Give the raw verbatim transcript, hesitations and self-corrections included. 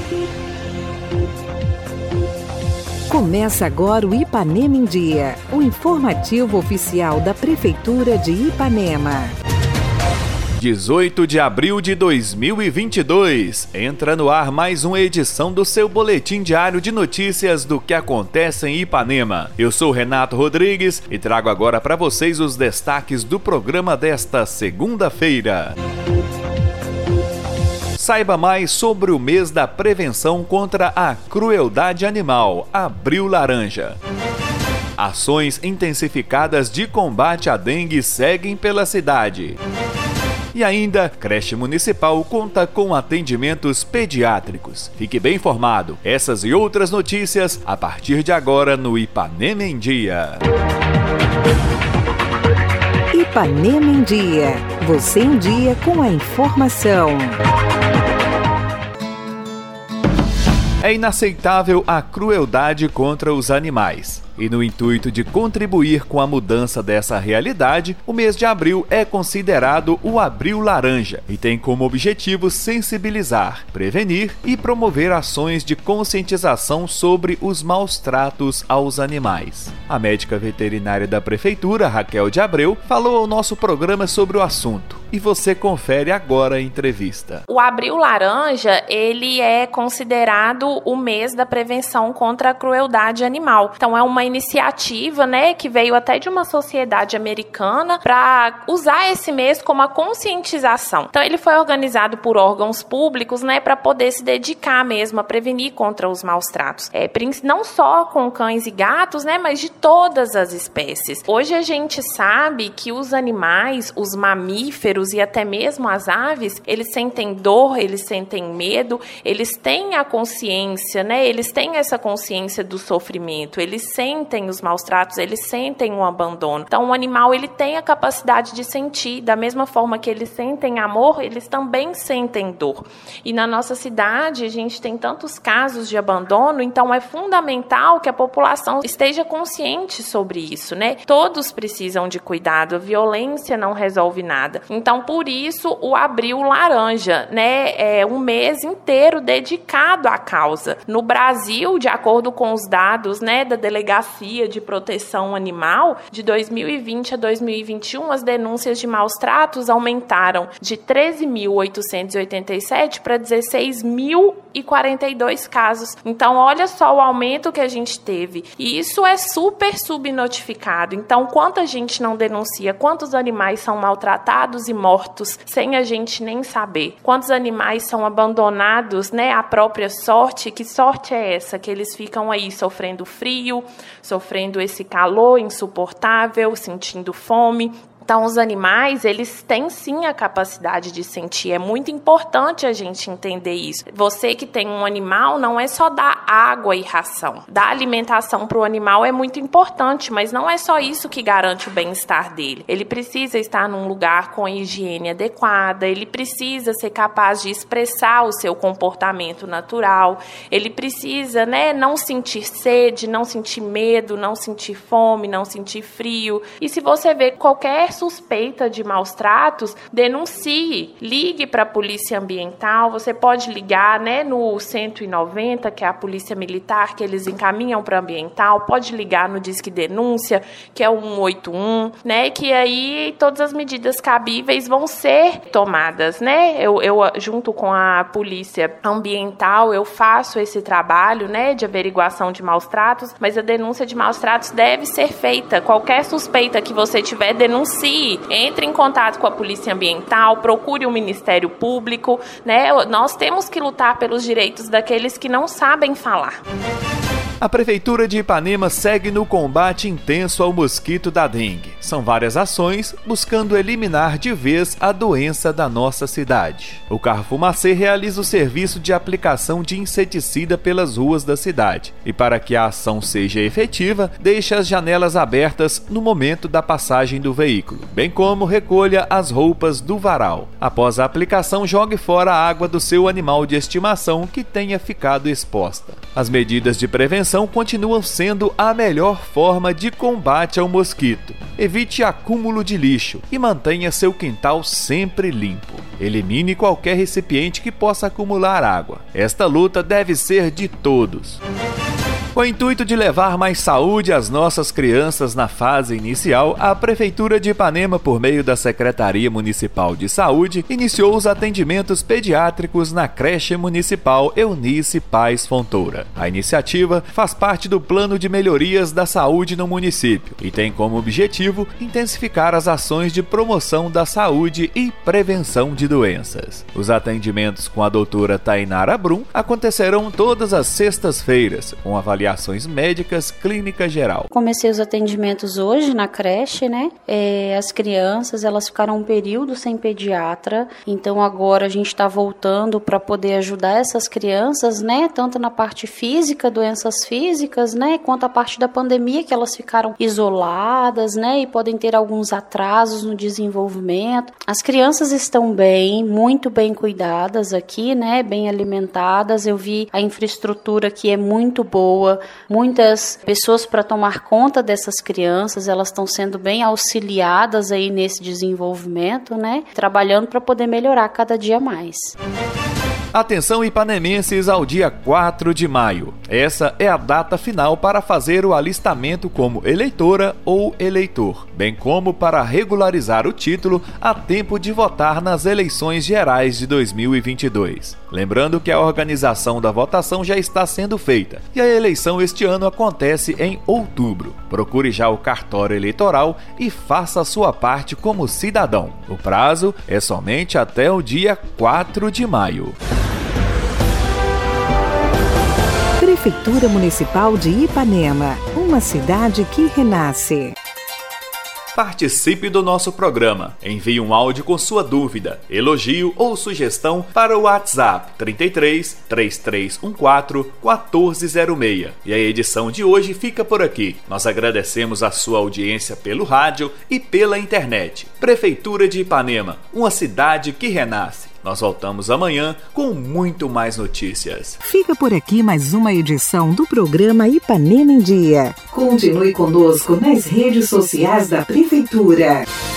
Começa agora o Ipanema em Dia, o informativo oficial da Prefeitura de Ipanema. dezoito de abril de dois mil e vinte e dois, entra no ar mais uma edição do seu boletim diário de notícias do que acontece em Ipanema. Eu sou Renato Rodrigues e trago agora para vocês os destaques do programa desta segunda-feira. Saiba mais sobre o mês da prevenção contra a crueldade animal, Abril Laranja. Ações intensificadas de combate à dengue seguem pela cidade. E ainda, creche municipal conta com atendimentos pediátricos. Fique bem informado. Essas e outras notícias a partir de agora no Ipanema em Dia. Ipanema em Dia. Você em dia com a informação. É inaceitável a crueldade contra os animais. E no intuito de contribuir com a mudança dessa realidade, o mês de abril é considerado o Abril Laranja e tem como objetivo sensibilizar, prevenir e promover ações de conscientização sobre os maus tratos aos animais. A médica veterinária da Prefeitura, Raquel de Abreu, falou ao nosso programa sobre o assunto e você confere agora a entrevista. O Abril Laranja, ele é considerado o mês da prevenção contra a crueldade animal. Então é uma iniciativa, né, que veio até de uma sociedade americana para usar esse mês como a conscientização. Então ele foi organizado por órgãos públicos, né, para poder se dedicar mesmo a prevenir contra os maus tratos. É, não só com cães e gatos, né, mas de todas as espécies. Hoje a gente sabe que os animais, os mamíferos e até mesmo as aves, eles sentem dor, eles sentem medo, eles têm a consciência, né, eles têm essa consciência do sofrimento, eles sentem sentem os maus tratos, eles sentem o abandono. Então, o animal, ele tem a capacidade de sentir, da mesma forma que eles sentem amor, eles também sentem dor. E na nossa cidade, a gente tem tantos casos de abandono, então é fundamental que a população esteja consciente sobre isso, né? Todos precisam de cuidado, a violência não resolve nada. Então, por isso, o Abril Laranja, né? É um mês inteiro dedicado à causa. No Brasil, de acordo com os dados, né, da Delegacia de Proteção Animal, de dois mil e vinte a dois mil e vinte e um, as denúncias de maus tratos aumentaram de treze mil oitocentos e oitenta e sete para dezesseis mil e quarenta e dois casos. Então, olha só o aumento que a gente teve. E isso é super subnotificado. Então, quanta gente não denuncia? Quantos animais são maltratados e mortos sem a gente nem saber? Quantos animais são abandonados, né, à própria sorte? Que sorte é essa? Que eles ficam aí sofrendo frio, sofrendo esse calor insuportável, sentindo fome. Então, os animais, eles têm sim a capacidade de sentir. É muito importante a gente entender isso. Você que tem um animal, não é só dar água e ração. Dar alimentação para o animal é muito importante, mas não é só isso que garante o bem-estar dele. Ele precisa estar num lugar com higiene adequada, ele precisa ser capaz de expressar o seu comportamento natural, ele precisa, né, não sentir sede, não sentir medo, não sentir fome, não sentir frio. E se você vê qualquer suspeita de maus tratos, denuncie, ligue para a polícia ambiental. Você pode ligar, né, no cento e noventa, que é a polícia militar, que eles encaminham para ambiental, pode ligar no Disque Denúncia, que é o um oito um, né, que aí todas as medidas cabíveis vão ser tomadas, né. Eu, eu junto com a polícia ambiental, eu faço esse trabalho, né, de averiguação de maus tratos, mas a denúncia de maus tratos deve ser feita. Qualquer suspeita que você tiver, denuncie. Entre em contato com a Polícia Ambiental, procure o Ministério Público, né? Nós temos que lutar pelos direitos daqueles que não sabem falar. A Prefeitura de Ipanema segue no combate intenso ao mosquito da dengue. São várias ações buscando eliminar de vez a doença da nossa cidade. O Carro Fumacê realiza o serviço de aplicação de inseticida pelas ruas da cidade. E para que a ação seja efetiva, deixa as janelas abertas no momento da passagem do veículo, bem como recolha as roupas do varal. Após a aplicação, jogue fora a água do seu animal de estimação que tenha ficado exposta. As medidas de prevenção prevenção continuam sendo a melhor forma de combate ao mosquito. Evite acúmulo de lixo e mantenha seu quintal sempre limpo. Elimine qualquer recipiente que possa acumular água. Esta luta deve ser de todos. Com o intuito de levar mais saúde às nossas crianças na fase inicial, a Prefeitura de Ipanema, por meio da Secretaria Municipal de Saúde, iniciou os atendimentos pediátricos na creche municipal Eunice Paes Fontoura. A iniciativa faz parte do Plano de Melhorias da Saúde no município e tem como objetivo intensificar as ações de promoção da saúde e prevenção de doenças. Os atendimentos com a doutora Tainara Brum acontecerão todas as sextas-feiras, com avaliação Avaliações médicas, clínica geral. Comecei os atendimentos hoje na creche, né? É, as crianças, elas ficaram um período sem pediatra, então agora a gente está voltando para poder ajudar essas crianças, né? Tanto na parte física, doenças físicas, né? Quanto a parte da pandemia, que elas ficaram isoladas, né? E podem ter alguns atrasos no desenvolvimento. As crianças estão bem, muito bem cuidadas aqui, né? Bem alimentadas. Eu vi a infraestrutura que é muito boa. Muitas pessoas para tomar conta dessas crianças, elas estão sendo bem auxiliadas aí nesse desenvolvimento, né? Trabalhando para poder melhorar cada dia mais. Atenção ipanemenses ao dia quatro de maio. Essa é a data final para fazer o alistamento como eleitora ou eleitor, bem como para regularizar o título a tempo de votar nas eleições gerais de dois mil e vinte e dois. Lembrando que a organização da votação já está sendo feita e a eleição este ano acontece em outubro. Procure já o cartório eleitoral e faça a sua parte como cidadão. O prazo é somente até o dia quatro de maio. Prefeitura Municipal de Ipanema, uma cidade que renasce. Participe do nosso programa. Envie um áudio com sua dúvida, elogio ou sugestão para o WhatsApp trinta e três, três três um quatro, um quatro zero seis. E a edição de hoje fica por aqui. Nós agradecemos a sua audiência pelo rádio e pela internet. Prefeitura de Ipanema, uma cidade que renasce. Nós voltamos amanhã com muito mais notícias. Fica por aqui mais uma edição do programa Ipanema em Dia. Continue conosco nas redes sociais da Prefeitura.